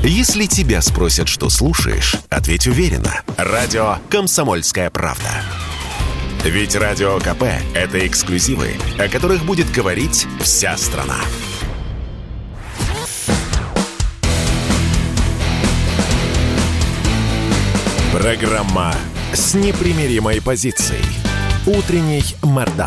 Если тебя спросят, что слушаешь, ответь уверенно. Радио «Комсомольская правда». Ведь Радио КП – это эксклюзивы, о которых будет говорить вся страна. Программа с непримиримой позицией. Утренний Мардан.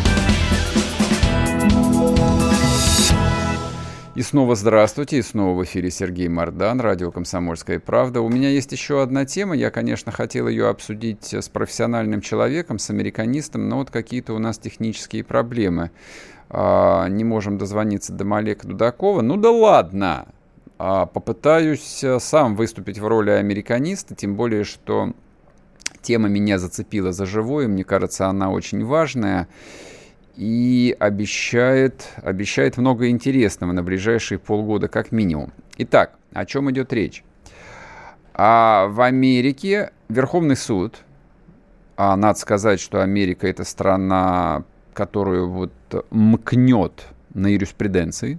И снова здравствуйте, и снова в эфире Сергей Мардан, радио «Комсомольская правда». У меня есть еще одна тема, я, конечно, хотел ее обсудить с профессиональным человеком, с американистом, но вот какие-то у нас технические проблемы. Не можем дозвониться до Малека Дудакова. Ну да ладно, попытаюсь сам выступить в роли американиста, тем более, что тема меня зацепила за живое, мне кажется, она очень важная. И обещает много интересного на ближайшие полгода как минимум. Итак, о чем идет речь? В Америке Верховный суд, надо сказать, что Америка — это страна, которую вот мкнет на юриспруденции,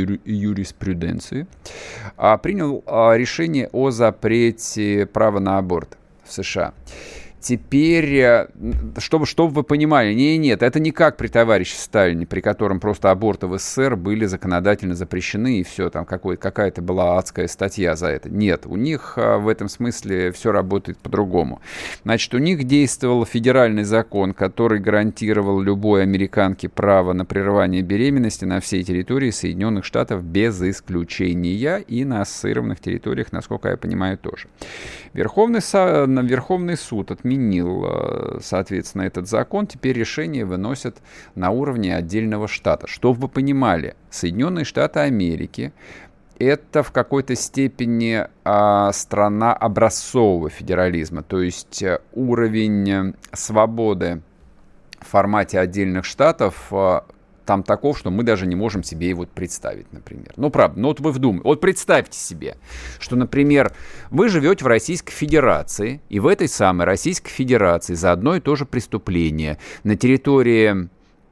принял решение о запрете права на аборт в США. Теперь, чтобы вы понимали, нет, это не как при товарище Сталине, при котором просто аборты в СССР были законодательно запрещены, и все, там какая-то была адская статья за это. Нет, у них в этом смысле все работает по-другому. Значит, у них действовал федеральный закон, который гарантировал любой американке право на прерывание беременности на всей территории Соединенных Штатов без исключения, и на ассоциированных территориях, насколько я понимаю, тоже. Верховный суд отменил, соответственно, этот закон. Теперь решение выносят на уровне отдельного штата. Чтобы вы понимали, Соединенные Штаты Америки — это в какой-то степени страна образцового федерализма. То есть уровень свободы в формате отдельных штатов там таков, что мы даже не можем себе его представить, например. Ну, правда, вот вы вдумайтесь. Вот представьте себе, что, например, вы живете в Российской Федерации, и в этой самой Российской Федерации за одно и то же преступление на территории,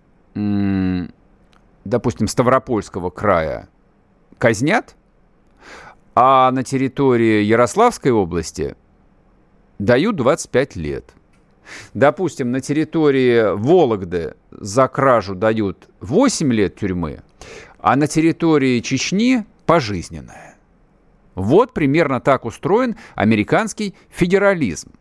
допустим, Ставропольского края казнят, а на территории Ярославской области дают 25 лет. Допустим, на территории Вологды за кражу дают 8 лет тюрьмы, а на территории Чечни пожизненное. Вот примерно так устроен американский федерализм.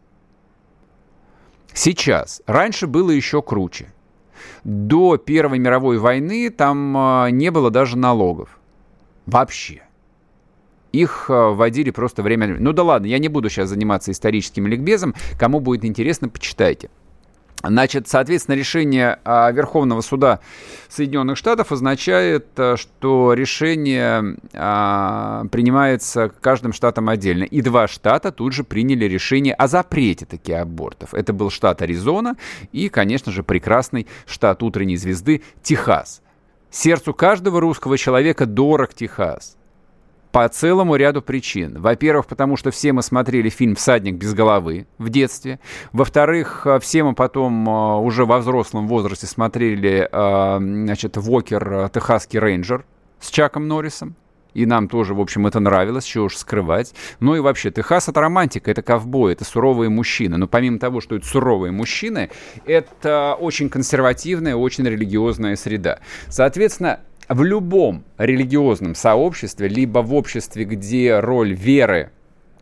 Сейчас. Раньше было еще круче. До Первой мировой войны там не было даже налогов. Вообще. Их вводили просто время... Ну да ладно, я не буду сейчас заниматься историческим ликбезом. Кому будет интересно, почитайте. Значит, соответственно, решение Верховного суда Соединенных Штатов означает, что решение принимается каждым штатом отдельно. И два штата тут же приняли решение о запрете таких абортов. Это был штат Аризона и, конечно же, прекрасный штат утренней звезды Техас. Сердцу каждого русского человека дорог Техас. По целому ряду причин. Во-первых, потому что все мы смотрели фильм «Всадник без головы» в детстве. Во-вторых, все мы потом уже во взрослом возрасте смотрели, «Вокер. Техасский рейнджер» с Чаком Норрисом. И нам тоже, в общем, это нравилось, чего уж скрывать. Ну и вообще, Техас — это романтика, это ковбой, это суровые мужчины. Но помимо того, что это суровые мужчины, это очень консервативная, очень религиозная среда. Соответственно, в любом религиозном сообществе, либо в обществе, где роль веры,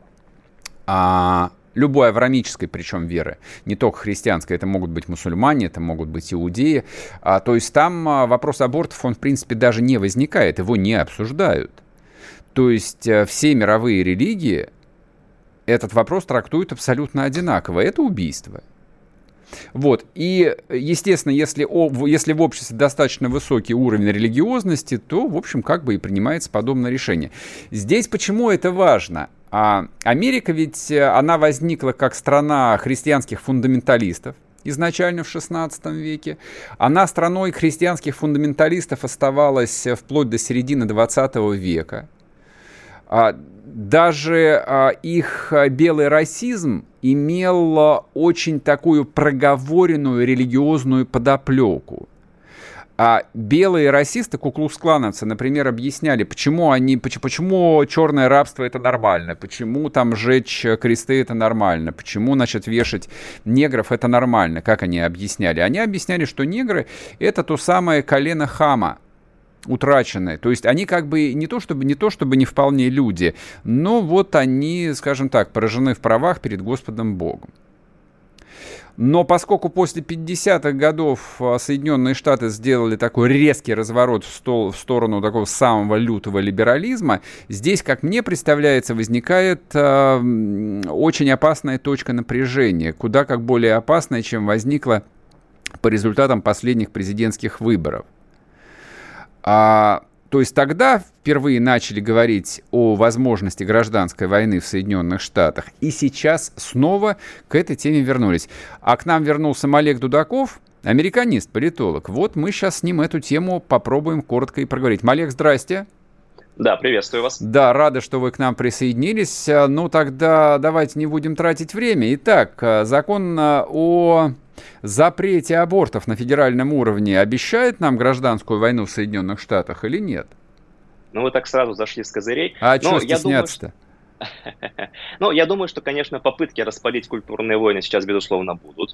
любой авраамической, причем веры, не только христианской, это могут быть мусульмане, это могут быть иудеи, то есть там вопрос абортов, он, в принципе, даже не возникает, его не обсуждают. То есть все мировые религии этот вопрос трактуют абсолютно одинаково. Это убийство. Вот. И, естественно, если в обществе достаточно высокий уровень религиозности, то, в общем, как бы и принимается подобное решение. Здесь почему это важно? Америка ведь, она возникла как страна христианских фундаменталистов изначально в XVI веке. Она страной христианских фундаменталистов оставалась вплоть до середины XX века. Даже их белый расизм имел очень такую проговоренную религиозную подоплеку. А белые расисты, куклукс-клановцы, например, объясняли, почему черное рабство это нормально, почему там жечь кресты это нормально, почему, значит, вешать негров это нормально, как они объясняли. Они объясняли, что негры это то самое колено Хама, утраченные. То есть они как бы не то чтобы не вполне люди, но вот они, скажем так, поражены в правах перед Господом Богом. Но поскольку после 50-х годов Соединенные Штаты сделали такой резкий разворот в сторону такого самого лютого либерализма, здесь, как мне представляется, возникает очень опасная точка напряжения, куда как более опасная, чем возникла по результатам последних президентских выборов. То есть тогда впервые начали говорить о возможности гражданской войны в Соединенных Штатах, и сейчас снова к этой теме вернулись. А к нам вернулся Олег Дудаков, американист, политолог. Вот мы сейчас с ним эту тему попробуем коротко и проговорить. Олег, здрасте. Да, приветствую вас. Да, рады, что вы к нам присоединились. Ну, тогда давайте не будем тратить время. Итак, закон о запрете абортов на федеральном уровне обещает нам гражданскую войну в Соединенных Штатах или нет? Ну, вы так сразу зашли с козырей. А что стесняться-то? Ну, я думаю, что, конечно, попытки распалить культурные войны сейчас, безусловно, будут.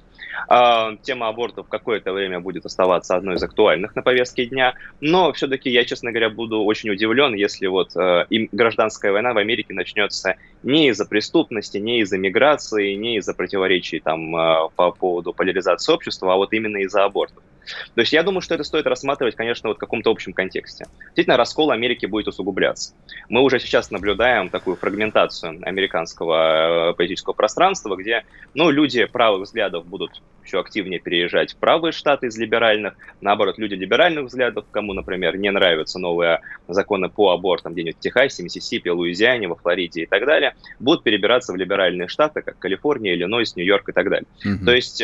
Тема абортов какое-то время будет оставаться одной из актуальных на повестке дня, но все-таки я, честно говоря, буду очень удивлен, если вот гражданская война в Америке начнется не из-за преступности, не из-за миграции, не из-за противоречий там по поводу поляризации общества, а вот именно из-за абортов. То есть я думаю, что это стоит рассматривать, конечно, вот в каком-то общем контексте. Действительно, раскол Америки будет усугубляться. Мы уже сейчас наблюдаем такую фрагментацию американского политического пространства, где, ну, люди правых взглядов будут еще активнее переезжать в правые штаты из либеральных. Наоборот, люди либеральных взглядов, кому, например, не нравятся новые законы по абортам где-нибудь в Техасе, Миссисипи, Луизиане, во Флориде и так далее, будут перебираться в либеральные штаты, как Калифорния, Иллинойс, Нью-Йорк и так далее. То есть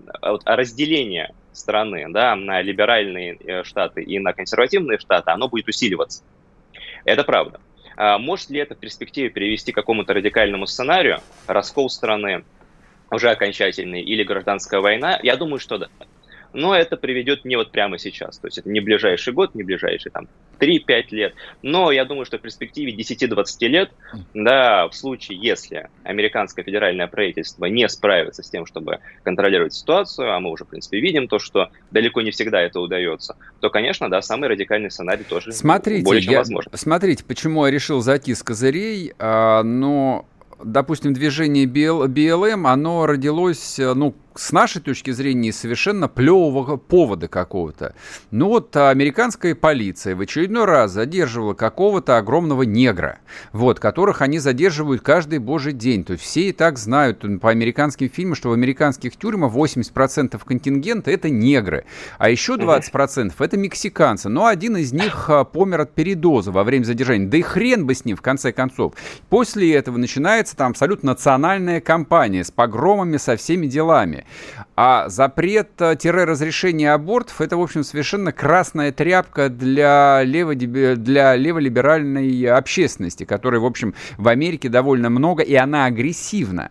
разделение страны, да, на либеральные штаты и на консервативные штаты, оно будет усиливаться. Это правда. Может ли это в перспективе привести к какому-то радикальному сценарию, раскол страны уже окончательный или гражданская война? Я думаю, что да. Но это приведет не вот прямо сейчас. То есть это не ближайший год, не ближайшие там 3-5 лет. Но я думаю, что в перспективе 10-20 лет, да, в случае, если американское федеральное правительство не справится с тем, чтобы контролировать ситуацию, а мы уже, в принципе, видим то, что далеко не всегда это удается, то, конечно, да, самый радикальный сценарий тоже более чем возможен. Смотрите, почему я решил зайти с козырей, но... Допустим, движение БЛМ, оно родилось, ну, с нашей точки зрения, совершенно плевого повода какого-то. Ну вот американская полиция в очередной раз задерживала какого-то огромного негра, вот, которых они задерживают каждый божий день. То есть все и так знают по американским фильмам, что в американских тюрьмах 80% контингента — это негры, а еще 20% — это мексиканцы. Но один из них помер от передоза во время задержания. Да и хрен бы с ним, в конце концов. После этого начинается там абсолютно национальная кампания с погромами, со всеми делами. А запрет-разрешение абортов — это, в общем, совершенно красная тряпка для леволиберальной общественности, которой, в общем, в Америке довольно много, и она агрессивна.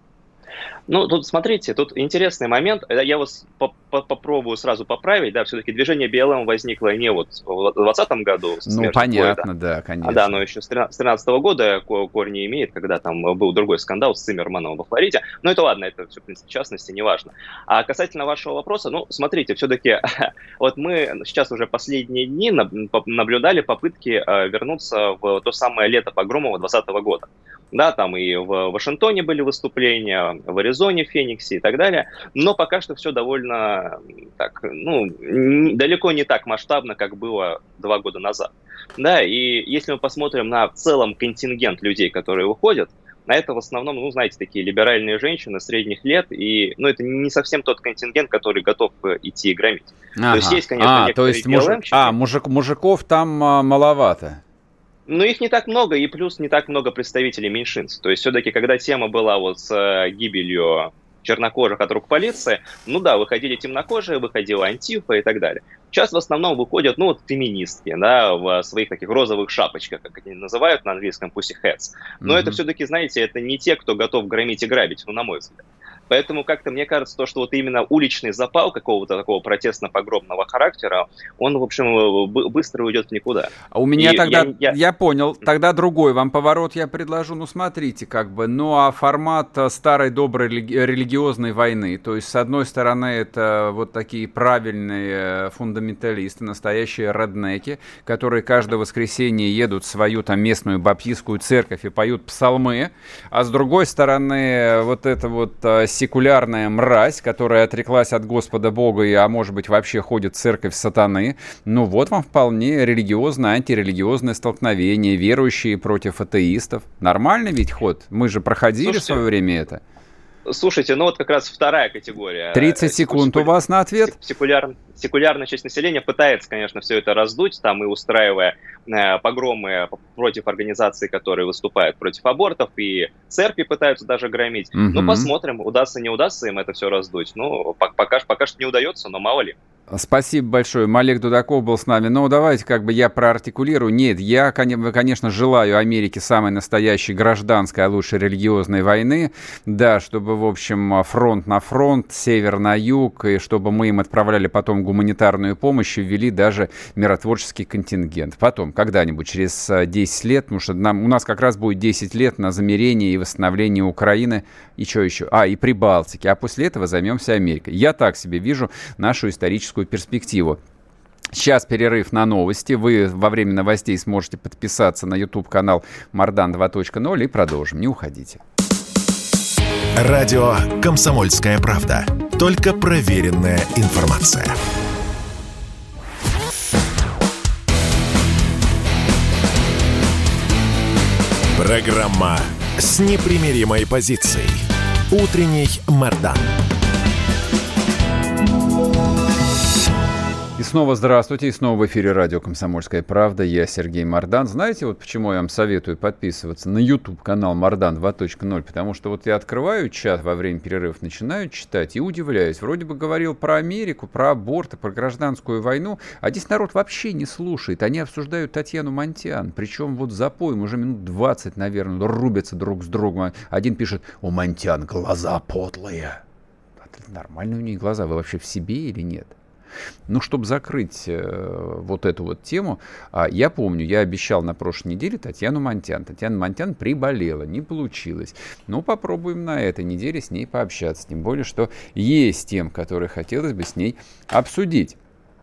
Ну, тут, смотрите, тут интересный момент. Я вас попробую сразу поправить. Да, все-таки движение БЛМ возникло не вот в 2020 году. Ну, понятно, да, конечно. Да, но еще с 2013 года корни имеет, когда там был другой скандал с Циммерманом во Флориде. Но это ладно, это все, в принципе, в частности, не важно. А касательно вашего вопроса, ну, смотрите, все-таки вот мы сейчас уже последние дни наблюдали попытки вернуться в то самое лето погромов 2020 года. Да, там и в Вашингтоне были выступления, в Аризоне, в Фениксе и так далее. Но пока что все довольно так, ну, далеко не так масштабно, как было 2 года назад. Да, и если мы посмотрим на в целом контингент людей, которые выходят, на это в основном, ну, знаете, такие либеральные женщины средних лет, и, ну, это не совсем тот контингент, который готов идти и громить. То есть, конечно, некоторые мужиков там маловато. Но их не так много, и плюс не так много представителей меньшинств. То есть все-таки, когда тема была вот с гибелью чернокожих от рук полиции, ну да, выходили темнокожие, выходила антифа и так далее. Сейчас в основном выходят, ну, вот феминистки, да, в своих таких розовых шапочках, как они называют на английском, pussyhats. Но это все-таки, знаете, это не те, кто готов громить и грабить, ну, на мой взгляд. Поэтому как-то мне кажется, то, что вот именно уличный запал какого-то такого протестно-погромного характера, он, в общем, быстро уйдет в никуда. А у меня тогда, я понял, тогда другой вам поворот я предложу. Ну, смотрите, как бы, ну, а формат старой доброй религиозной войны, то есть, с одной стороны, это вот такие правильные фундаменталисты, настоящие реднеки, которые каждое воскресенье едут в свою там местную баптистскую церковь и поют псалмы, а с другой стороны, вот эта вот секулярная мразь, которая отреклась от Господа Бога и, а может быть, вообще ходит в церковь сатаны. Ну, вот вам вполне религиозное, антирелигиозное столкновение, верующие против атеистов. Нормальный ведь ход? Мы же проходили в свое время это. Слушайте, ну вот как раз вторая категория. 30 секунд у вас на ответ. Секулярная часть населения пытается, конечно, все это раздуть, там и устраивая погромы против организаций, которые выступают против абортов, и церкви пытаются даже громить. Ну, посмотрим, удастся, не удастся им это все раздуть. Ну, пока что не удается, но мало ли. Спасибо большое. Малек Дудаков был с нами. Ну, давайте как бы я проартикулирую. Нет, я, конечно, желаю Америке самой настоящей гражданской, а лучше религиозной войны. Да, чтобы, в общем, фронт на фронт, север на юг, и чтобы мы им отправляли потом гуманитарную помощь и ввели даже миротворческий контингент. Потом, когда-нибудь, через 10 лет, потому что у нас как раз будет 10 лет на замирение и восстановление Украины, и что еще? И Прибалтики. А после этого займемся Америкой. Я так себе вижу нашу историческую перспективу. Сейчас перерыв на новости. Вы во время новостей сможете подписаться на YouTube-канал Мардан 2.0 и продолжим. Не уходите. Радио «Комсомольская правда». Только проверенная информация. Программа с непримиримой позицией. Утренний Мардан. И снова здравствуйте, и снова в эфире радио «Комсомольская правда». Я Сергей Мардан. Знаете, вот почему я вам советую подписываться на YouTube-канал Мардан 2.0? Потому что вот я открываю чат во время перерывов, начинаю читать и удивляюсь. Вроде бы говорил про Америку, про аборты, про гражданскую войну, а здесь народ вообще не слушает. Они обсуждают Татьяну Монтиан. Причем вот запоем уже минут 20, наверное, рубятся друг с другом. Один пишет: «У Монтиан глаза подлые». Нормально у них глаза, вы вообще в себе или нет? Ну, чтобы закрыть вот эту вот тему, я помню, я обещал на прошлой неделе Татьяну Монтиан. Татьяна Монтиан приболела, не получилось. Ну, попробуем на этой неделе с ней пообщаться. Тем более, что есть тем, которые хотелось бы с ней обсудить.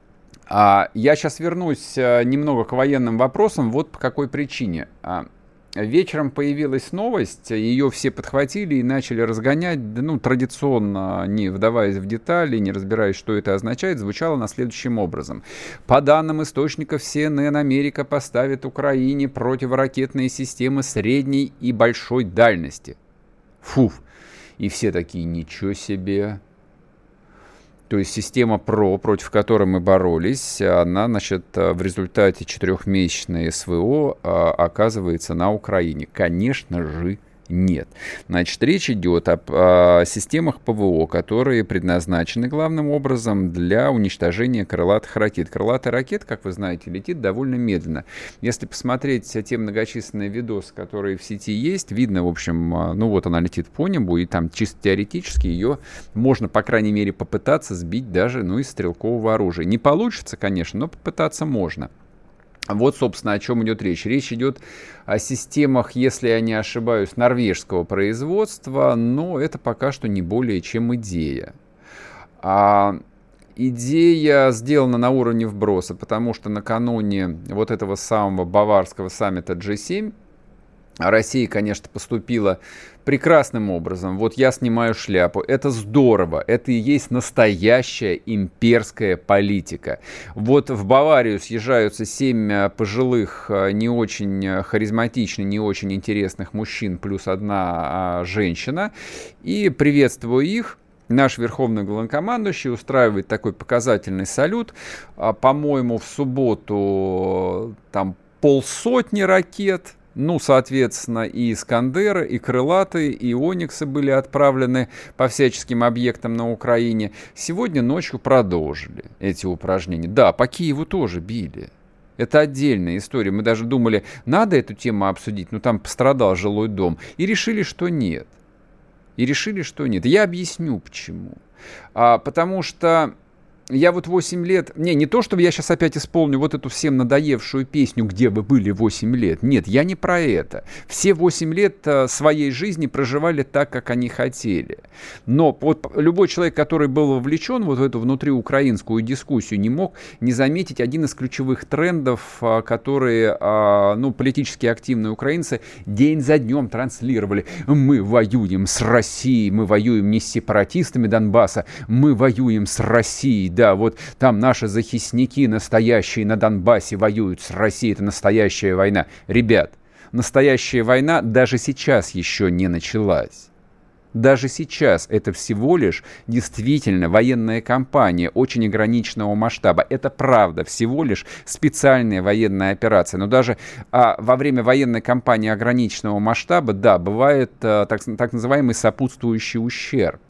Я сейчас вернусь немного к военным вопросам. Вот по какой причине. Вечером появилась новость, ее все подхватили и начали разгонять, ну, традиционно, не вдаваясь в детали, не разбираясь, что это означает, звучало на следующим образом. По данным источников CNN, Америка поставит Украине противоракетные системы средней и большой дальности. Фуф. И все такие: ничего себе. То есть система ПРО, против которой мы боролись, она, значит, в результате 4-месячной СВО оказывается на Украине. Конечно же, нет. Значит, речь идет о системах ПВО, которые предназначены главным образом для уничтожения крылатых ракет. Крылатая ракета, как вы знаете, летит довольно медленно. Если посмотреть те многочисленные видосы, которые в сети есть, видно, в общем, ну вот она летит по небу, и там чисто теоретически ее можно, по крайней мере, попытаться сбить даже, ну, из стрелкового оружия. Не получится, конечно, но попытаться можно. Вот, собственно, о чем идет речь. Речь идет о системах, если я не ошибаюсь, норвежского производства, но это пока что не более чем идея. Идея сделана на уровне вброса, потому что накануне вот этого самого баварского саммита G7 Россия, конечно, поступила прекрасным образом. Вот я снимаю шляпу. Это здорово. Это и есть настоящая имперская политика. Вот в Баварию съезжаются 7 пожилых, не очень харизматичных, не очень интересных мужчин, плюс одна женщина. И приветствую их. Наш верховный главнокомандующий устраивает такой показательный салют. По-моему, в субботу там 50 ракет. Ну, соответственно, и «Искандеры», и «Крылатые», и «Ониксы» были отправлены по всяческим объектам на Украине. Сегодня ночью продолжили эти упражнения. Да, по Киеву тоже били. Это отдельная история. Мы даже думали, надо эту тему обсудить, но там пострадал жилой дом. И решили, что нет. И решили, что нет. Я объясню, почему. Потому что я вот 8 лет... Не то, чтобы я сейчас опять исполню вот эту всем надоевшую песню «Где вы были 8 лет». Нет, я не про это. Все 8 лет своей жизни проживали так, как они хотели. Но вот любой человек, который был вовлечен вот в эту внутриукраинскую дискуссию, не мог не заметить один из ключевых трендов, которые политически активные украинцы день за днем транслировали. Мы воюем с Россией, мы воюем не с сепаратистами Донбасса, мы воюем с Россией. Да, вот там наши захисники настоящие на Донбассе воюют с Россией. Это настоящая война. Ребят, настоящая война даже сейчас еще не началась. Даже сейчас это всего лишь действительно военная кампания очень ограниченного масштаба. Это правда, всего лишь специальная военная операция. Но даже во время военной кампании ограниченного масштаба, да, бывает так называемый сопутствующий ущерб.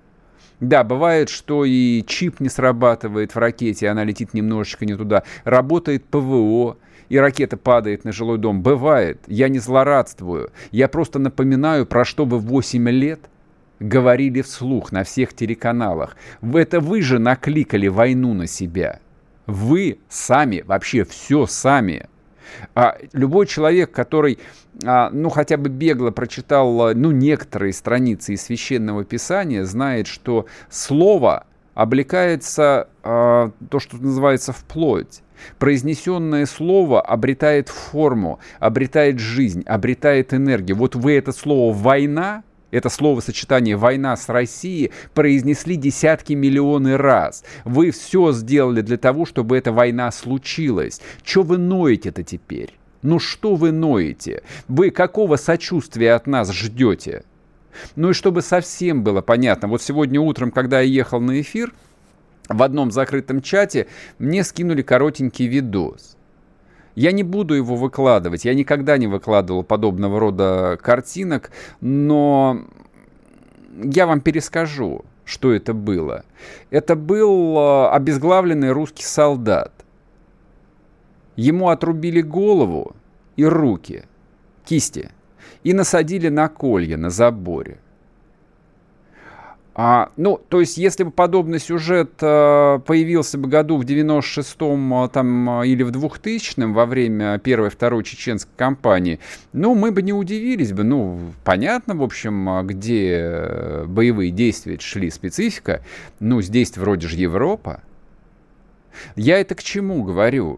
Да, бывает, что и чип не срабатывает в ракете, она летит немножечко не туда. Работает ПВО, и ракета падает на жилой дом. Бывает, я не злорадствую. Я просто напоминаю, про что вы 8 лет говорили вслух на всех телеканалах. Вы же накликали войну на себя. Вы сами, вообще все сами. Любой человек, который, хотя бы бегло прочитал, некоторые страницы из Священного Писания, знает, что слово облекается, то, что называется, в плоть. Произнесенное слово обретает форму, обретает жизнь, обретает энергию. Вот вы это слово «война», это словосочетание «война с Россией» произнесли десятки миллионов раз. Вы все сделали для того, чтобы эта война случилась. Чё вы ноете-то теперь? Что вы ноете? Вы какого сочувствия от нас ждете? И чтобы совсем было понятно, вот сегодня утром, когда я ехал на эфир, в одном закрытом чате мне скинули коротенький видос. Я не буду его выкладывать, я никогда не выкладывал подобного рода картинок, но я вам перескажу, что это было. Это был обезглавленный русский солдат. Ему отрубили голову и руки, кисти, и насадили на колья на заборе. То есть, если бы подобный сюжет появился бы году в 96-м или в 2000-м во время первой, второй чеченской кампании, мы бы не удивились бы. Понятно, в общем, где боевые действия шли, специфика. Здесь вроде же Европа. Я это к чему говорю?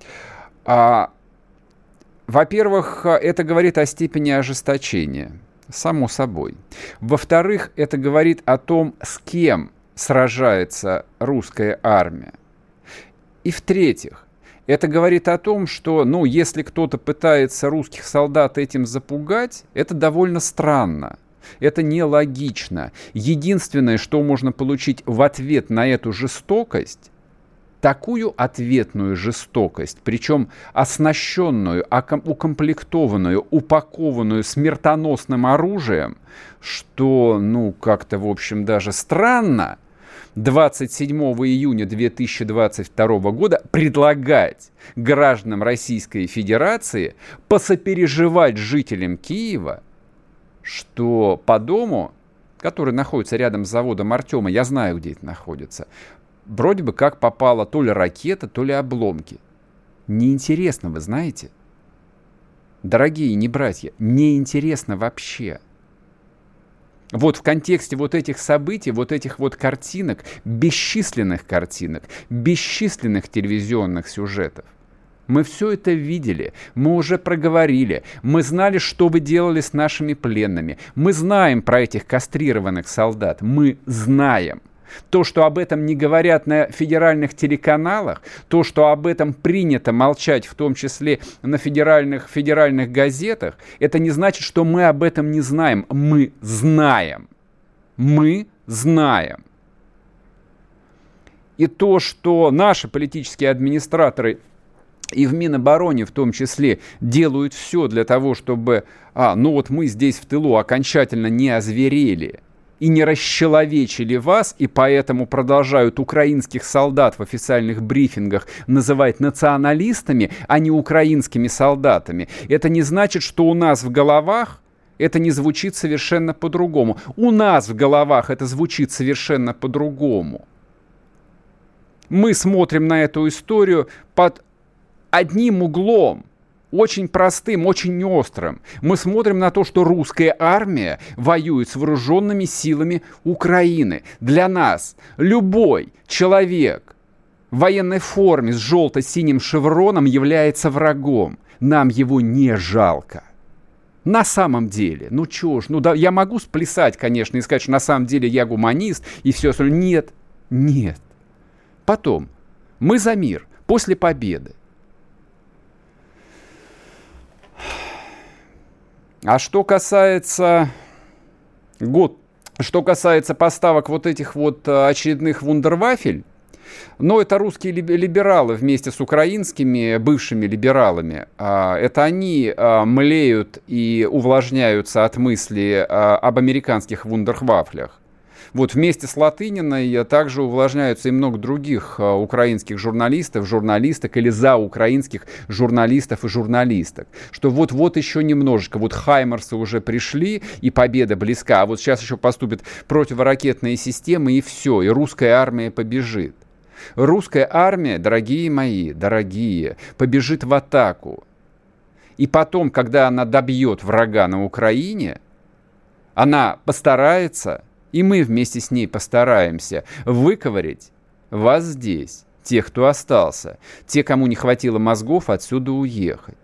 Во-первых, это говорит о степени ожесточения. Само собой. Во-вторых, это говорит о том, с кем сражается русская армия. И в-третьих, это говорит о том, что, если кто-то пытается русских солдат этим запугать, это довольно странно. Это нелогично. Единственное, что можно получить в ответ на эту жестокость, такую ответную жестокость, причем оснащенную, укомплектованную, упакованную смертоносным оружием, что, как-то, в общем, даже странно 27 июня 2022 года предлагать гражданам Российской Федерации посопереживать жителям Киева, что по дому, который находится рядом с заводом Артема, я знаю, где это находится, вроде бы как попала то ли ракета, то ли обломки. Неинтересно, вы знаете? Дорогие не братья, неинтересно вообще. Вот в контексте вот этих событий, вот этих вот картинок, бесчисленных телевизионных сюжетов, мы все это видели, мы уже проговорили, мы знали, что вы делали с нашими пленными, мы знаем про этих кастрированных солдат, мы знаем. То, что об этом не говорят на федеральных телеканалах, то, что об этом принято молчать, в том числе на федеральных газетах, это не значит, что мы об этом не знаем. Мы знаем. Мы знаем. И то, что наши политические администраторы и в Минобороне в том числе делают все для того, чтобы, мы здесь в тылу окончательно не озверели и не расчеловечили вас, и поэтому продолжают украинских солдат в официальных брифингах называть националистами, а не украинскими солдатами. Это не значит, что у нас в головах это не звучит совершенно по-другому. У нас в головах это звучит совершенно по-другому. Мы смотрим на эту историю под одним углом, очень простым, очень острым. Мы смотрим на то, что русская армия воюет с вооруженными силами Украины. Для нас любой человек в военной форме с желто-синим шевроном является врагом. Нам его не жалко. На самом деле, ну чё ж, ну да, я могу сплясать, конечно, и сказать, что на самом деле я гуманист и все остальное. Нет, нет. Потом, мы за мир, после победы. А что касается поставок вот этих вот очередных вундервафель, но это русские либералы вместе с украинскими бывшими либералами. Это они млеют и увлажняются от мысли об американских вундервафлях. Вот вместе с Латыниной также увлажняются и много других украинских журналистов, журналисток или заукраинских журналистов и журналисток. Что вот еще немножечко, вот хаймерсы уже пришли, и победа близка, а вот сейчас еще поступят противоракетные системы, и все, и русская армия побежит. Русская армия, дорогие мои, дорогие, побежит в атаку. И потом, когда она добьет врага на Украине, она постарается, и мы вместе с ней постараемся выковырять вас здесь, тех, кто остался, те, кому не хватило мозгов отсюда уехать.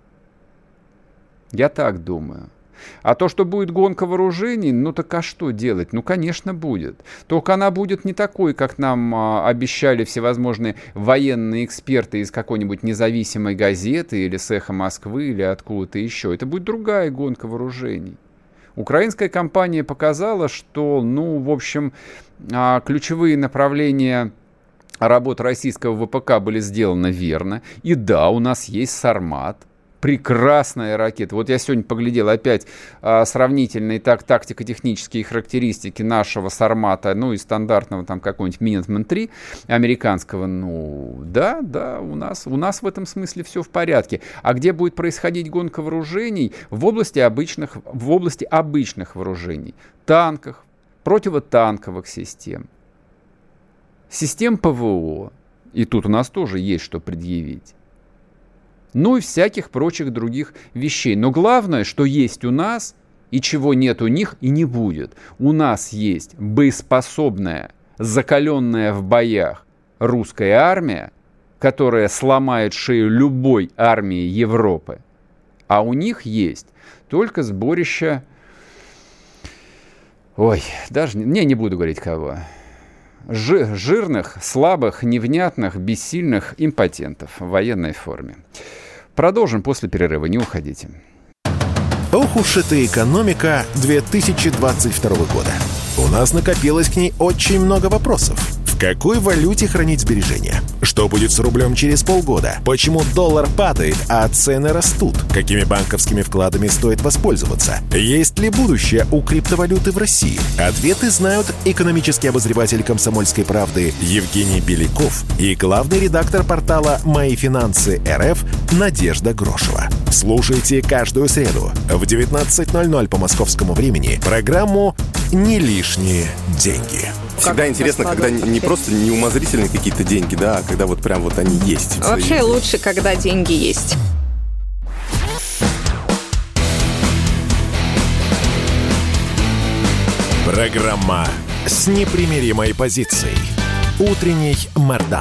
Я так думаю. А то, что будет гонка вооружений, ну так а что делать? Ну, конечно, будет. Только она будет не такой, как нам обещали всевозможные военные эксперты из какой-нибудь независимой газеты или с «Эхо Москвы» или откуда-то еще. Это будет другая гонка вооружений. Украинская кампания показала, что, ну, в общем, ключевые направления работы российского ВПК были сделаны верно. И да, у нас есть «Сармат». Прекрасная ракета. Вот я сегодня поглядел опять сравнительные тактико-технические характеристики нашего «Сармата», ну и стандартного там какого-нибудь Minuteman 3 американского. Ну, да, у нас в этом смысле все в порядке. А где будет происходить гонка вооружений? В области обычных вооружений. Танках, противотанковых систем, систем ПВО. И тут у нас тоже есть что предъявить. Ну и всяких прочих других вещей. Но главное, что есть у нас, и чего нет у них, и не будет. У нас есть боеспособная, закаленная в боях русская армия, которая сломает шею любой армии Европы. А у них есть только сборище... Ой, даже не буду говорить кого. Жирных, слабых, невнятных, бессильных импотентов в военной форме. Продолжим после перерыва, не уходите. Ох уж эта экономика 2022 года. У нас накопилось к ней очень много вопросов. В какой валюте хранить сбережения? Что будет с рублем через полгода? Почему доллар падает, а цены растут? Какими банковскими вкладами стоит воспользоваться? Есть ли будущее у криптовалюты в России? Ответы знают экономический обозреватель «Комсомольской правды» Евгений Беляков и главный редактор портала «Мои финансы РФ» Надежда Грошева. Слушайте каждую среду в 19:00 по московскому времени программу «Не лишние деньги». Всегда интересно, когда не просто неумозрительные какие-то деньги, да, а когда вот прям вот они есть. Вообще лучше, когда деньги есть. Программа с непримиримой позицией. Утренний Мардан.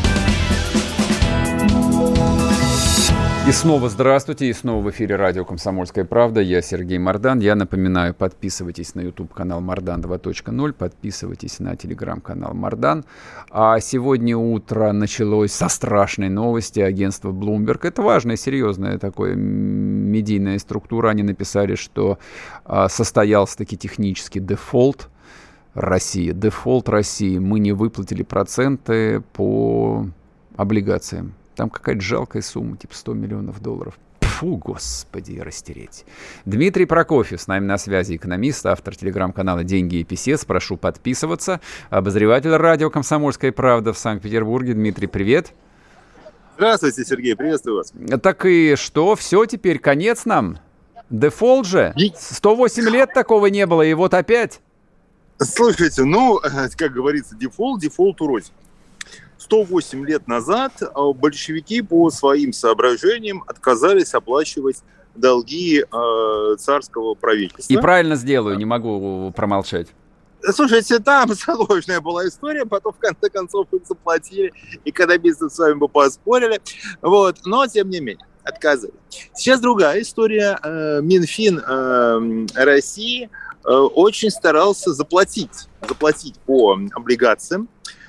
И снова здравствуйте, и снова в эфире радио «Комсомольская правда». Я Сергей Мардан. Я напоминаю, подписывайтесь на YouTube-канал Мардан 2.0, подписывайтесь на телеграм-канал Мардан. А сегодня утро началось со страшной новости агентства Bloomberg. Это важная, серьезная такая медийная структура. Они написали, что состоялся таки технический дефолт России. Дефолт России. Мы не выплатили проценты по облигациям. Там какая-то жалкая сумма, типа $100 миллионов. Фу, господи, растереть. Дмитрий Прокофьев с нами на связи, экономист, автор телеграм-канала «Деньги и писец». Прошу подписываться. Обозреватель радио «Комсомольская правда» в Санкт-Петербурге. Дмитрий, привет. Здравствуйте, Сергей, приветствую вас. Так и что, все теперь, конец нам? Дефолт же? 108 лет такого не было, и вот опять. Слушайте, как говорится, дефолт уродец. 108 лет назад большевики по своим соображениям отказались оплачивать долги царского правительства. И правильно сделаю, не могу промолчать. Слушайте, там сложная была история, потом в конце концов их заплатили, и когда бизнес с вами бы поспорили, но тем не менее отказали. Сейчас другая история. Минфин России очень старался заплатить по облигациям,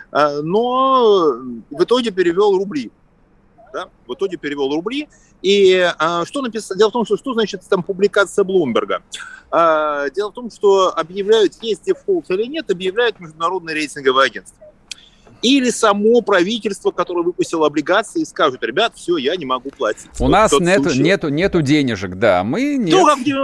но в итоге перевел рубли. Да? В итоге перевел рубли. И что написано? Дело в том, что значит там публикация Блумберга. Дело в том, что объявляют, есть дефолт или нет, объявляют международное рейтинговое агентство. Или само правительство, которое выпустило облигации, и скажут: ребят, все, я не могу платить. У нас нету денежек, да. Мы нет. Как в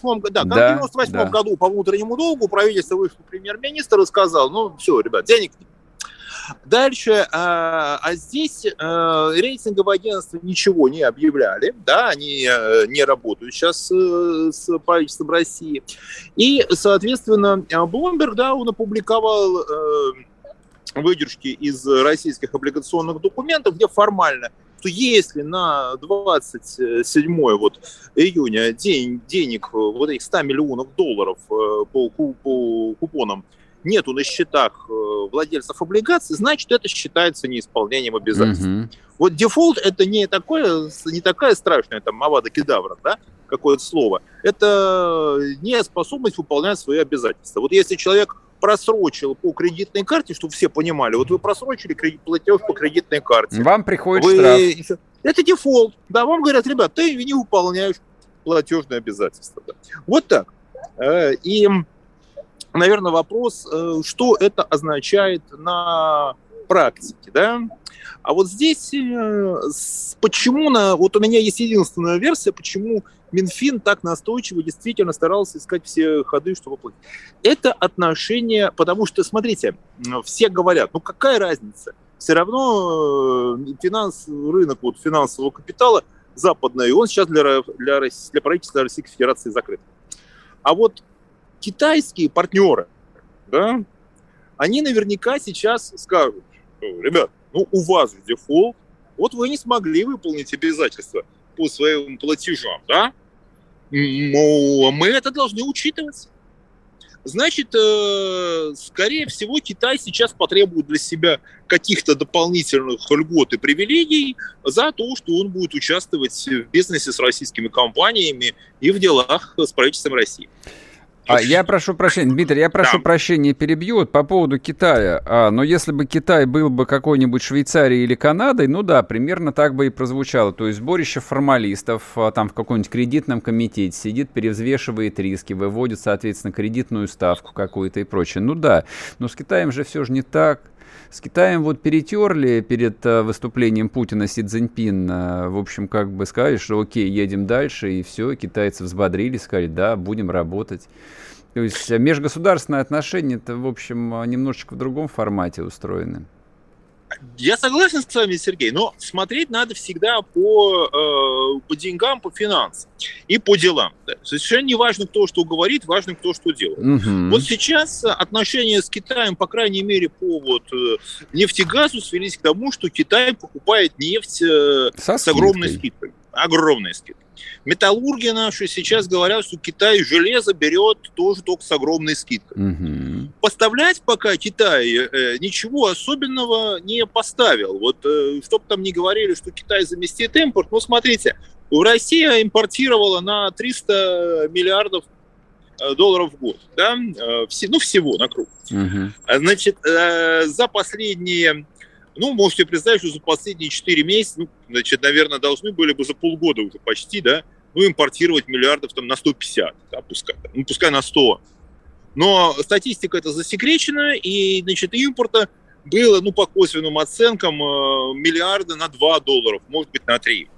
98 году по внутреннему долгу правительство вышел премьер-министр и сказал: все, ребят, денег нет. Дальше, здесь рейтинговые агентства ничего не объявляли, да, они не работают сейчас с правительством России. И, соответственно, Bloomberg, да, он опубликовал выдержки из российских облигационных документов, где формально, что если на 27 июня денег, этих 100 миллионов долларов по купонам нету на счетах владельцев облигаций, значит, это считается неисполнением обязательств. Дефолт — это не такая страшная там авада кедавра, да, какое-то слово. Это неспособность выполнять свои обязательства. Если человек просрочил по кредитной карте, чтобы все понимали, вы просрочили платеж по кредитной карте. Вам приходит штраф. Это дефолт. Да, вам говорят: ребят, ты не выполняешь платежные обязательства. Да. Вот так. И наверное, вопрос, что это означает на практике, да? А здесь почему у меня есть единственная версия, почему Минфин так настойчиво действительно старался искать все ходы, чтобы платить. Это отношение, потому что, смотрите, все говорят: какая разница? Все равно рынок финансового капитала западный, он сейчас для правительства Российской Федерации закрыт. А китайские партнеры, да, они наверняка сейчас скажут: ребят, у вас же дефолт, вы не смогли выполнить обязательства по своим платежам, да? Мы это должны учитывать. Значит, скорее всего, Китай сейчас потребует для себя каких-то дополнительных льгот и привилегий за то, что он будет участвовать в бизнесе с российскими компаниями и в делах с правительством России. Я прошу прощения, Дмитрий, прощения, перебью по поводу Китая. Но если бы Китай был бы какой-нибудь Швейцарией или Канадой, примерно так бы и прозвучало. То есть сборище формалистов там в каком-нибудь кредитном комитете сидит, перевзвешивает риски, выводит, соответственно, кредитную ставку какую-то и прочее. Но с Китаем же все же не так. С Китаем перетерли перед выступлением Путина Си Цзиньпин, в общем, сказали, что окей, едем дальше, и все, китайцы взбодрились, сказали: да, будем работать. То есть межгосударственные отношения-то, в общем, немножечко в другом формате устроены. Я согласен с вами, Сергей, но смотреть надо всегда по деньгам, по финансам и по делам. Да. Совершенно не важно, кто что говорит, важно, кто что делает. Сейчас отношения с Китаем, по крайней мере, по нефтегазу свелись к тому, что Китай покупает нефть с огромной скидкой. Огромная скидка. Металлурги наши сейчас говорят, что Китай железо берет тоже только с огромной скидкой. Поставлять пока Китай ничего особенного не поставил. Чтоб там не говорили, что Китай заместит импорт, смотрите, Россия импортировала на 300 миллиардов долларов в год, да? Всего на круг. Значит, за последние... можете представить, что за последние 4 месяца, наверное, должны были бы за полгода уже почти, да, импортировать миллиардов на 150, да, пускай на 100. Но статистика эта засекречена, и, импорта было, по косвенным оценкам, миллиарда на $2, может быть, на 3.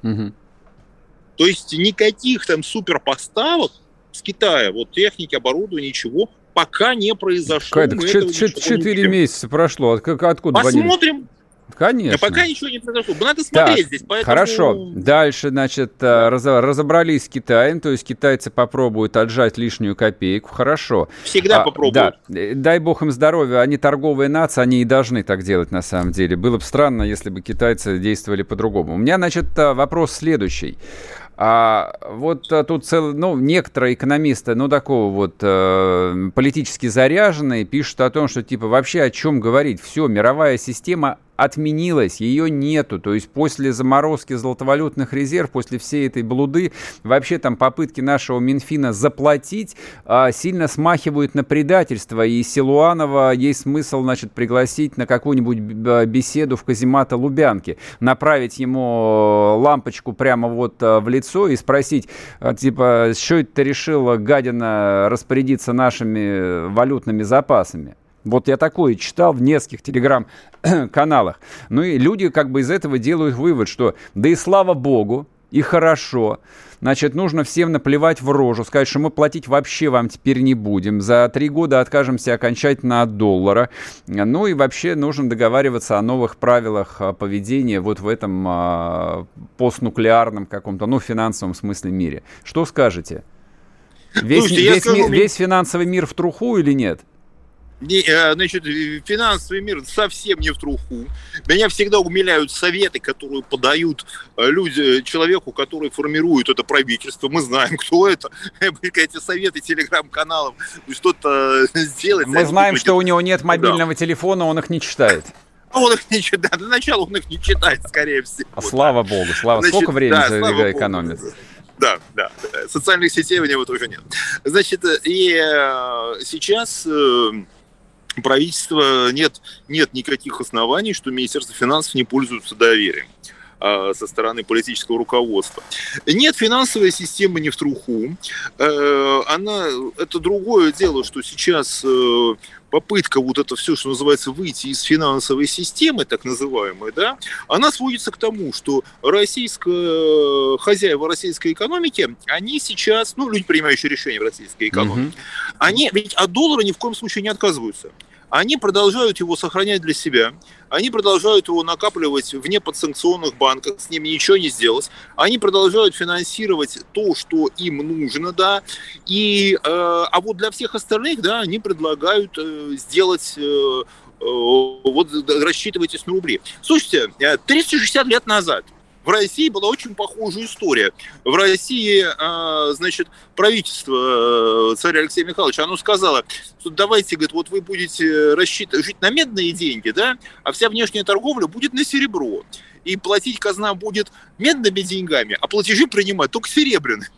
То есть никаких суперпоставок с Китая, техники, оборудования, ничего, пока не произошло. 4 месяца прошло. Откуда посмотрим. Конечно. А пока ничего не произошло. Надо смотреть здесь. Поэтому... Хорошо. Дальше, значит, разобрались с Китаем, то есть китайцы попробуют отжать лишнюю копейку. Хорошо. Всегда попробуют. Да. Дай бог им здоровья. Они торговая нация, они и должны так делать на самом деле. Было бы странно, если бы китайцы действовали по-другому. У меня, значит, вопрос следующий. Вот тут некоторые экономисты, такого вот политически заряженные, пишут о том, что типа вообще о чем говорить. Все, мировая система отменилась, ее нету. То есть после заморозки золотовалютных резервов, после всей этой блуды, вообще там попытки нашего Минфина заплатить сильно смахивают на предательство. И Силуанова есть смысл, значит, пригласить на какую-нибудь беседу в казематы Лубянки, направить ему лампочку прямо вот в лицо и спросить, типа, что это ты решила, гадина, распорядиться нашими валютными запасами? Вот я такое читал в нескольких телеграм-каналах. Ну и люди как бы из этого делают вывод, что да и слава богу, и хорошо. Значит, нужно всем наплевать в рожу, сказать, что мы платить вообще вам теперь не будем. За 3 года откажемся окончательно от доллара. Ну и вообще нужно договариваться о новых правилах поведения вот в этом постнуклеарном каком-то, финансовом смысле мире. Что скажете? Весь финансовый мир в труху или нет? Значит, финансовый мир совсем не в труху. Меня всегда умиляют советы, которые подают человеку, который формирует это правительство. Мы знаем, кто это. Эти советы телеграм-каналов, что-то сделать. Мы знаем, что у него нет мобильного телефона, он их не читает. Он их не читает. До начала он их не читает, скорее всего. Слава богу, сколько времени экономит. Да. Социальных сетей у него тоже нет. Значит, и сейчас... правительства нет никаких оснований, что Министерство финансов не пользуется доверием со стороны политического руководства. Нет, финансовая система не в труху. Это другое дело, что сейчас попытка вот это все, что называется, выйти из финансовой системы, так называемой, да, она сводится к тому, что хозяева российской экономики, они сейчас, люди, принимающие решения в российской экономике, они ведь от доллара ни в коем случае не отказываются. Они продолжают его сохранять для себя, они продолжают его накапливать в неподсанкционных банках, с ними ничего не сделать, они продолжают финансировать то, что им нужно, да, а вот для всех остальных, да, они предлагают сделать, рассчитывайтесь на рубли. Слушайте, 360 лет назад в России была очень похожая история. В России, значит, правительство царя Алексея Михайловича, оно сказало, что давайте, говорит, вот вы будете жить на медные деньги, да, а вся внешняя торговля будет на серебро. И платить казна будет медными деньгами, а платежи принимать только серебряными.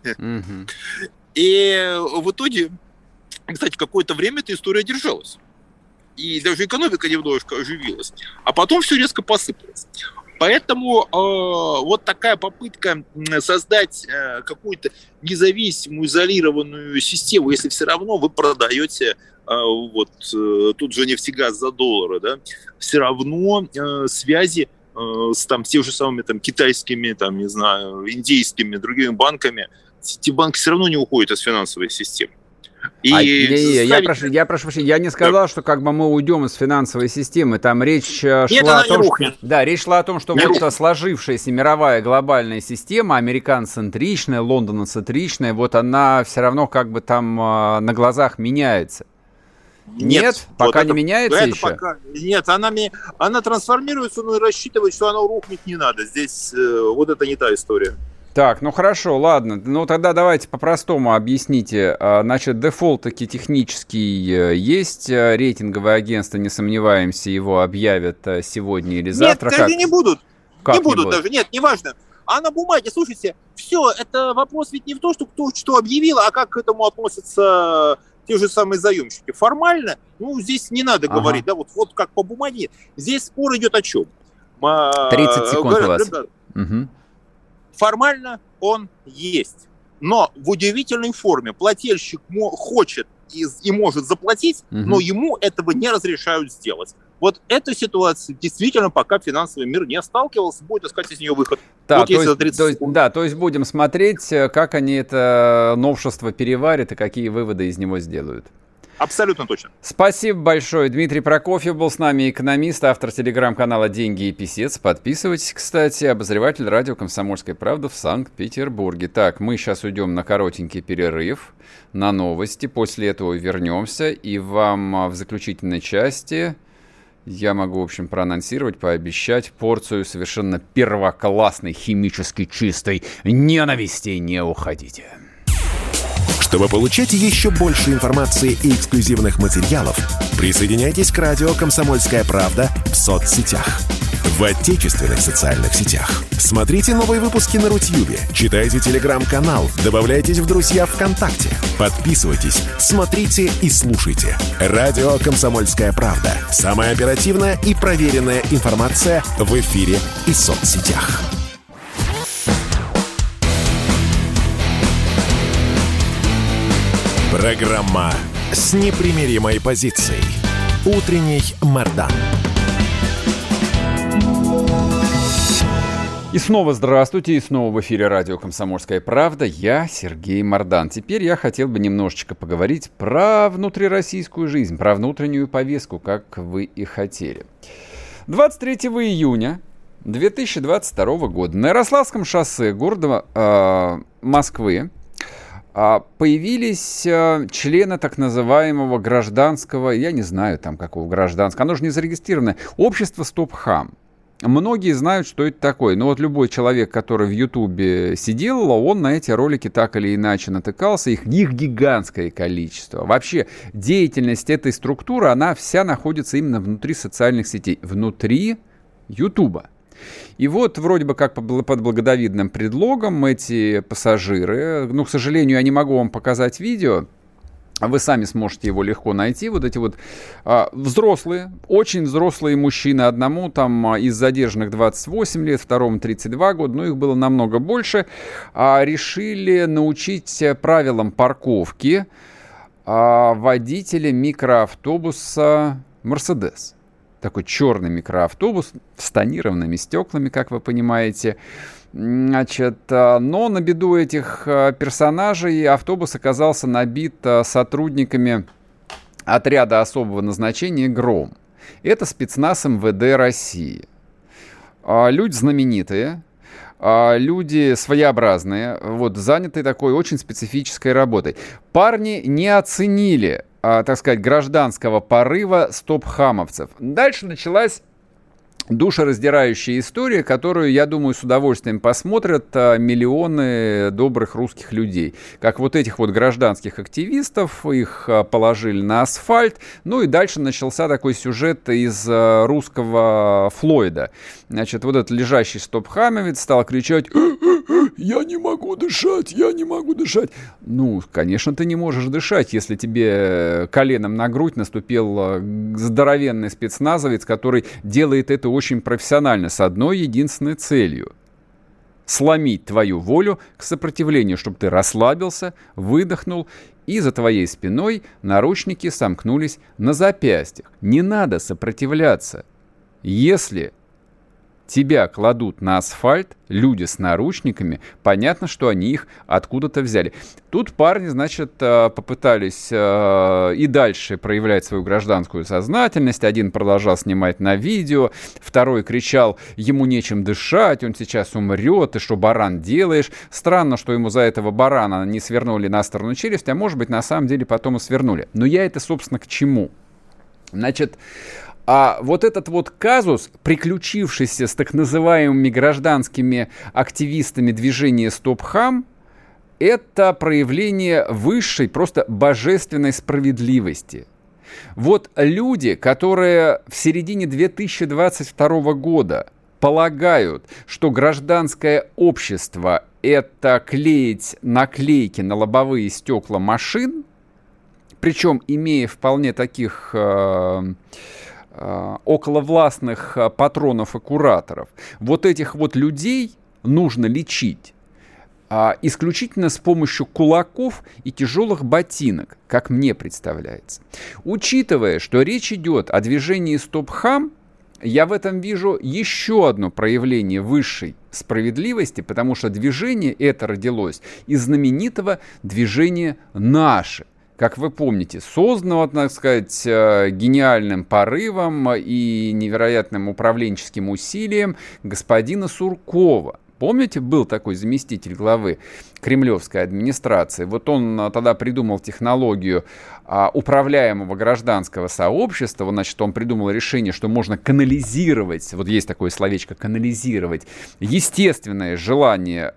И в итоге, кстати, какое-то время эта история держалась. И даже экономика немножко оживилась. А потом все резко посыпалось. Поэтому вот такая попытка создать какую-то независимую, изолированную систему, если все равно вы продаете тут же нефтегаз за доллары, да, все равно связи с теми же самыми китайскими, не знаю, индийскими, другими банками, эти банки все равно не уходят из финансовой системы. Я прошу прощения, я не сказал, что как бы мы уйдем из финансовой системы. Там речь шла о том, речь шла о том, что вот сложившаяся мировая глобальная система, американ-центричная, лондоноцентричная, вот она все равно как бы там на глазах меняется. Нет, пока не меняется еще? Нет, она трансформируется, но рассчитывать, что она рухнет, не надо. Здесь вот это не та история. Так, хорошо, ладно. Тогда давайте по-простому объясните. Значит, дефолт таки технический есть. Рейтинговое агентство, не сомневаемся, его объявят сегодня или завтра. Нет, даже не будут. Не будут даже, нет, неважно. А на бумаге, слушайте, все, это вопрос ведь не в том, что кто что объявил, а как к этому относятся те же самые заемщики. Формально, здесь не надо говорить, да, вот как по бумаге. Здесь спор идет о чем? 30 секунд у вас. Формально он есть, но в удивительной форме плательщик хочет и может заплатить, но ему этого не разрешают сделать. Вот эта ситуация действительно, пока финансовый мир не сталкивался, будет искать из нее выход. Да, то есть будем смотреть, как они это новшество переварят и какие выводы из него сделают. Абсолютно точно. Спасибо большое. Дмитрий Прокофьев был с нами, экономист, автор телеграм-канала «Деньги и писец». Подписывайтесь, кстати, обозреватель радио «Комсомольская правда» в Санкт-Петербурге. Так, мы сейчас уйдем на коротенький перерыв, на новости. После этого вернемся, и вам в заключительной части я могу, в общем, проанонсировать, пообещать порцию совершенно первоклассной, химически чистой ненависти. Не уходите. Чтобы получать еще больше информации и эксклюзивных материалов, присоединяйтесь к радио «Комсомольская правда» в соцсетях. В отечественных социальных сетях. Смотрите новые выпуски на Рутьюбе, читайте телеграм-канал, добавляйтесь в друзья ВКонтакте, подписывайтесь, смотрите и слушайте. Радио «Комсомольская правда». Самая оперативная и проверенная информация в эфире и соцсетях. Программа с непримиримой позицией. Утренний Мардан. И снова здравствуйте, и снова в эфире радио «Комсомольская правда». Я Сергей Мардан. Теперь я хотел бы немножечко поговорить про внутрироссийскую жизнь, про внутреннюю повестку, как вы и хотели. 23 июня 2022 года на Ярославском шоссе города Москвы появились члены так называемого гражданского, я не знаю там какого гражданского, оно же не зарегистрированное, общество «Стоп-хам». Многие знают, что это такое. Но вот любой человек, который в Ютубе сидел, он на эти ролики так или иначе натыкался. Их гигантское количество. Вообще деятельность этой структуры, она вся находится именно внутри социальных сетей, внутри Ютуба. И вот вроде бы как под благовидным предлогом эти пассажиры, к сожалению, я не могу вам показать видео, вы сами сможете его легко найти. Вот эти вот взрослые, очень взрослые мужчины. Одному там из задержанных 28 лет, второму 32 года, но их было намного больше. Решили научить правилам парковки водителя микроавтобуса «Мерседес». Такой черный микроавтобус с тонированными стеклами, как вы понимаете. Значит, но на беду этих персонажей автобус оказался набит сотрудниками отряда особого назначения «Гром». Это спецназ МВД России. Люди знаменитые, люди своеобразные, вот, заняты такой очень специфической работой. Парни не оценили, так сказать, гражданского порыва стоп-хамовцев. Дальше началась душераздирающая история, которую, я думаю, с удовольствием посмотрят миллионы добрых русских людей. Как вот этих вот гражданских активистов, их положили на асфальт. Ну и дальше начался такой сюжет из русского Флойда. Значит, вот этот лежащий стоп-хамовец стал кричать: «Я не могу дышать, я не могу дышать». Ну, конечно, ты не можешь дышать, если тебе коленом на грудь наступил здоровенный спецназовец, который делает это очень профессионально, с одной единственной целью — сломить твою волю к сопротивлению, чтобы ты расслабился, выдохнул, и за твоей спиной наручники сомкнулись на запястьях. Не надо сопротивляться. Если тебя кладут на асфальт люди с наручниками, понятно, что они их откуда-то взяли. Тут парни, значит, попытались и дальше проявлять свою гражданскую сознательность. Один продолжал снимать на видео, второй кричал: ему нечем дышать, он сейчас умрет, ты что, баран, делаешь? Странно, что ему за этого барана не свернули на сторону челюсть, а может быть, на самом деле потом и свернули. Но я это, собственно, к чему? Значит, а вот этот вот казус, приключившийся с так называемыми гражданскими активистами движения «Стоп-хам», это проявление высшей, просто божественной справедливости. Вот люди, которые в середине 2022 года полагают, что гражданское общество – это клеить наклейки на лобовые стекла машин, причем имея вполне таких околовластных патронов и кураторов, вот этих вот людей нужно лечить исключительно с помощью кулаков и тяжелых ботинок, как мне представляется. Учитывая, что речь идет о движении «Стоп-хам», я в этом вижу еще одно проявление высшей справедливости, потому что движение это родилось из знаменитого движения «Наши», как вы помните, созданного, так сказать, гениальным порывом и невероятным управленческим усилием господина Суркова. Помните, был такой заместитель главы кремлевской администрации? Вот он тогда придумал технологию управляемого гражданского сообщества. Значит, он придумал решение, что можно канализировать, вот есть такое словечко, канализировать, естественное желание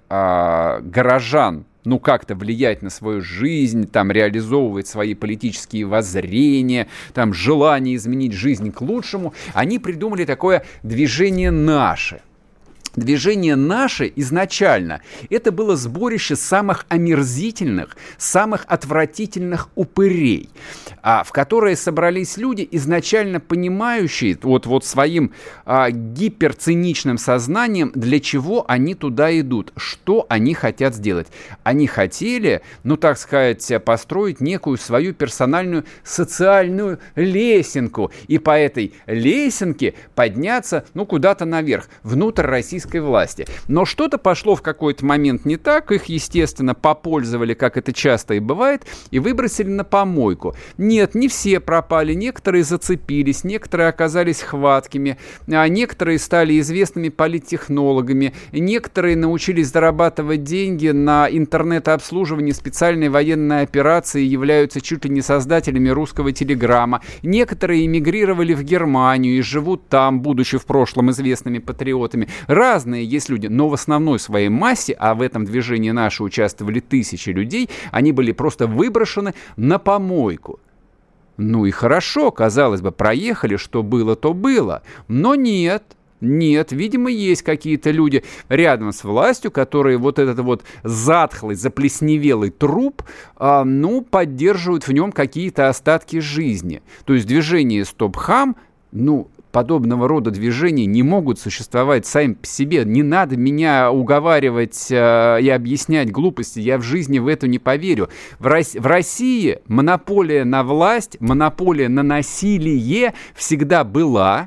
горожан, ну, как-то влиять на свою жизнь, там, реализовывать свои политические воззрения, там, желание изменить жизнь к лучшему. Они придумали такое движение «Наши». Движение «Наше» изначально это было сборище самых омерзительных, самых отвратительных упырей, в которые собрались люди, изначально понимающие вот своим гиперциничным сознанием, для чего они туда идут, что они хотят сделать. Они хотели, ну, так сказать, построить некую свою персональную социальную лесенку, и по этой лесенке подняться, ну, куда-то наверх, внутрь российской власти. Но что-то пошло в какой-то момент не так, их, естественно, попользовали, как это часто и бывает, и выбросили на помойку. Нет, не все пропали, некоторые зацепились, некоторые оказались хваткими, а некоторые стали известными политтехнологами, некоторые научились зарабатывать деньги на интернет-обслуживании специальной военной операции, являются чуть ли не создателями русского телеграмма, некоторые эмигрировали в Германию и живут там, будучи в прошлом известными патриотами. Разные есть люди, но в основной своей массе, а в этом движении «Наши» участвовали тысячи людей, они были просто выброшены на помойку. Ну и хорошо, казалось бы, проехали, что было, то было. Но нет, видимо, есть какие-то люди рядом с властью, которые вот этот вот затхлый, заплесневелый труп, поддерживают в нем какие-то остатки жизни. То есть движение «Стоп-хам», подобного рода движения не могут существовать сами по себе. Не надо меня уговаривать и объяснять глупости. Я в жизни в это не поверю. В России монополия на власть, монополия на насилие всегда была,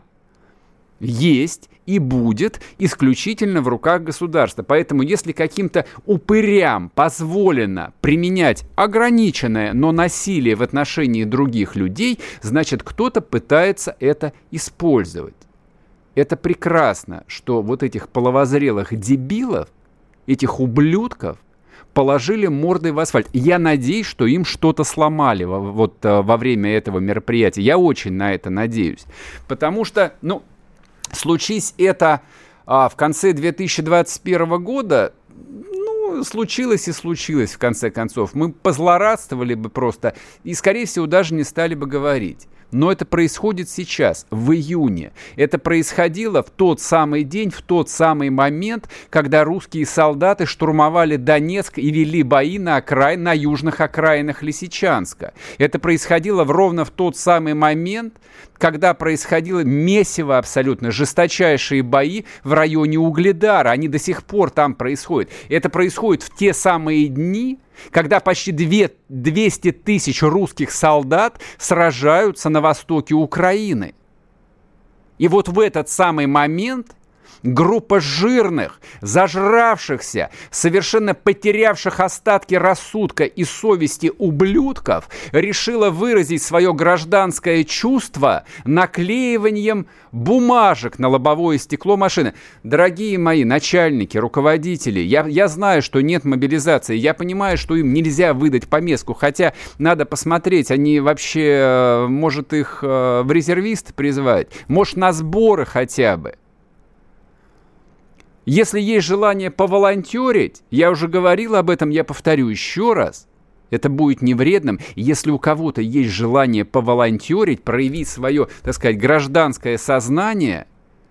есть и будет исключительно в руках государства. Поэтому если каким-то упырям позволено применять ограниченное, но насилие в отношении других людей, значит, кто-то пытается это использовать. Это прекрасно, что вот этих половозрелых дебилов, этих ублюдков, положили мордой в асфальт. Я надеюсь, что им что-то сломали во время этого мероприятия. Я очень на это надеюсь. Потому что, случись это в конце 2021 года, случилось и случилось в конце концов. Мы позлорадствовали бы просто и, скорее всего, даже не стали бы говорить. Но это происходит сейчас, в июне. Это происходило в тот самый день, в тот самый момент, когда русские солдаты штурмовали Донецк и вели бои на южных окраинах Лисичанска. Это происходило ровно в тот самый момент, когда происходило месиво абсолютно, жесточайшие бои в районе Угледара. Они до сих пор там происходят. Это происходит в те самые дни, когда почти 200 тысяч русских солдат сражаются на востоке Украины. И вот в этот самый момент группа жирных, зажравшихся, совершенно потерявших остатки рассудка и совести ублюдков решила выразить свое гражданское чувство наклеиванием бумажек на лобовое стекло машины. Дорогие мои начальники, руководители, я знаю, что нет мобилизации, я понимаю, что им нельзя выдать поместку, хотя надо посмотреть, они вообще, может, их в резервисты призвать, может, на сборы хотя бы. Если есть желание поволонтерить, я уже говорил об этом, я повторю еще раз, это будет не вредным. Если у кого-то есть желание поволонтерить, проявить свое, так сказать, гражданское сознание,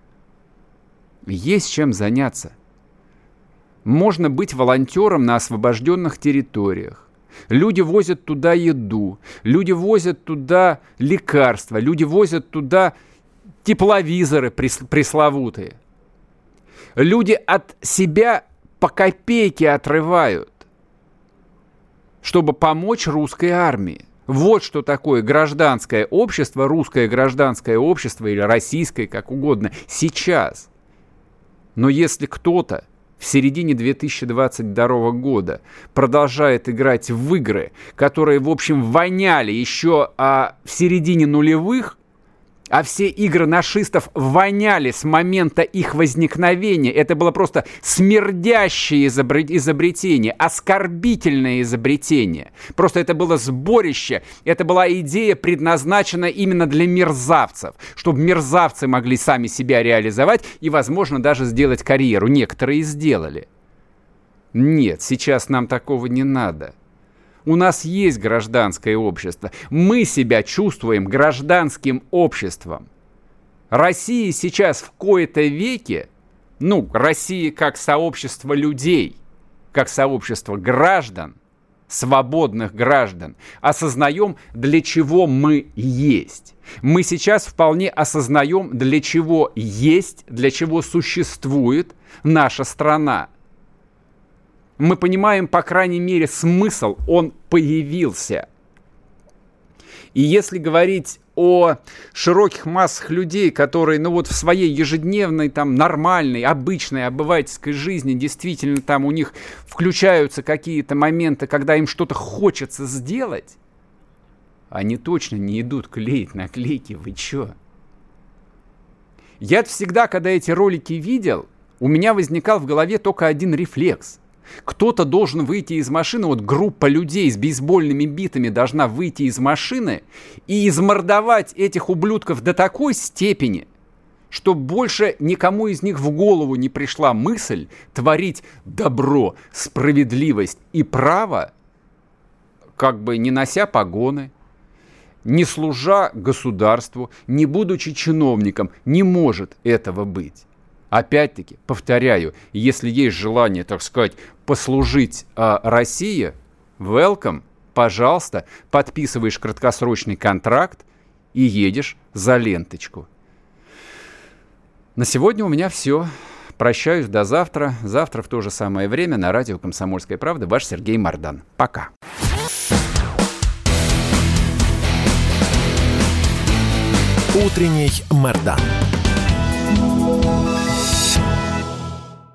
есть чем заняться. Можно быть волонтером на освобожденных территориях. Люди возят туда еду, люди возят туда лекарства, люди возят туда тепловизоры пресловутые. Люди от себя по копейке отрывают, чтобы помочь русской армии. Вот что такое гражданское общество, русское гражданское общество или российское, как угодно, сейчас. Но если кто-то в середине 2022 года продолжает играть в игры, которые, в общем, воняли еще в середине нулевых, а все игры нашистов воняли с момента их возникновения. Это было просто смердящее изобретение, оскорбительное изобретение. Просто это было сборище, это была идея, предназначена именно для мерзавцев, чтобы мерзавцы могли сами себя реализовать и, возможно, даже сделать карьеру. Некоторые сделали. Нет, сейчас нам такого не надо. У нас есть гражданское общество. Мы себя чувствуем гражданским обществом. Россия сейчас в кои-то веке, Россия как сообщество людей, как сообщество граждан, свободных граждан, осознаем, для чего мы есть. Мы сейчас вполне осознаем, для чего есть, для чего существует наша страна. Мы понимаем, по крайней мере, смысл, он появился. И если говорить о широких массах людей, которые, в своей ежедневной, нормальной, обычной, обывательской жизни, действительно, у них включаются какие-то моменты, когда им что-то хочется сделать, они точно не идут клеить наклейки, вы чё? Я всегда, когда эти ролики видел, у меня возникал в голове только один рефлекс. Кто-то должен выйти из машины, группа людей с бейсбольными битами должна выйти из машины и измордовать этих ублюдков до такой степени, что больше никому из них в голову не пришла мысль творить добро, справедливость и право, не нося погоны, не служа государству, не будучи чиновником. Не может этого быть. Опять-таки, повторяю, если есть желание, послужить России, welcome, пожалуйста, подписываешь краткосрочный контракт и едешь за ленточку. На сегодня у меня все. Прощаюсь до завтра. Завтра в то же самое время на радио «Комсомольская правда». Ваш Сергей Мардан. Пока. Утренний Мардан.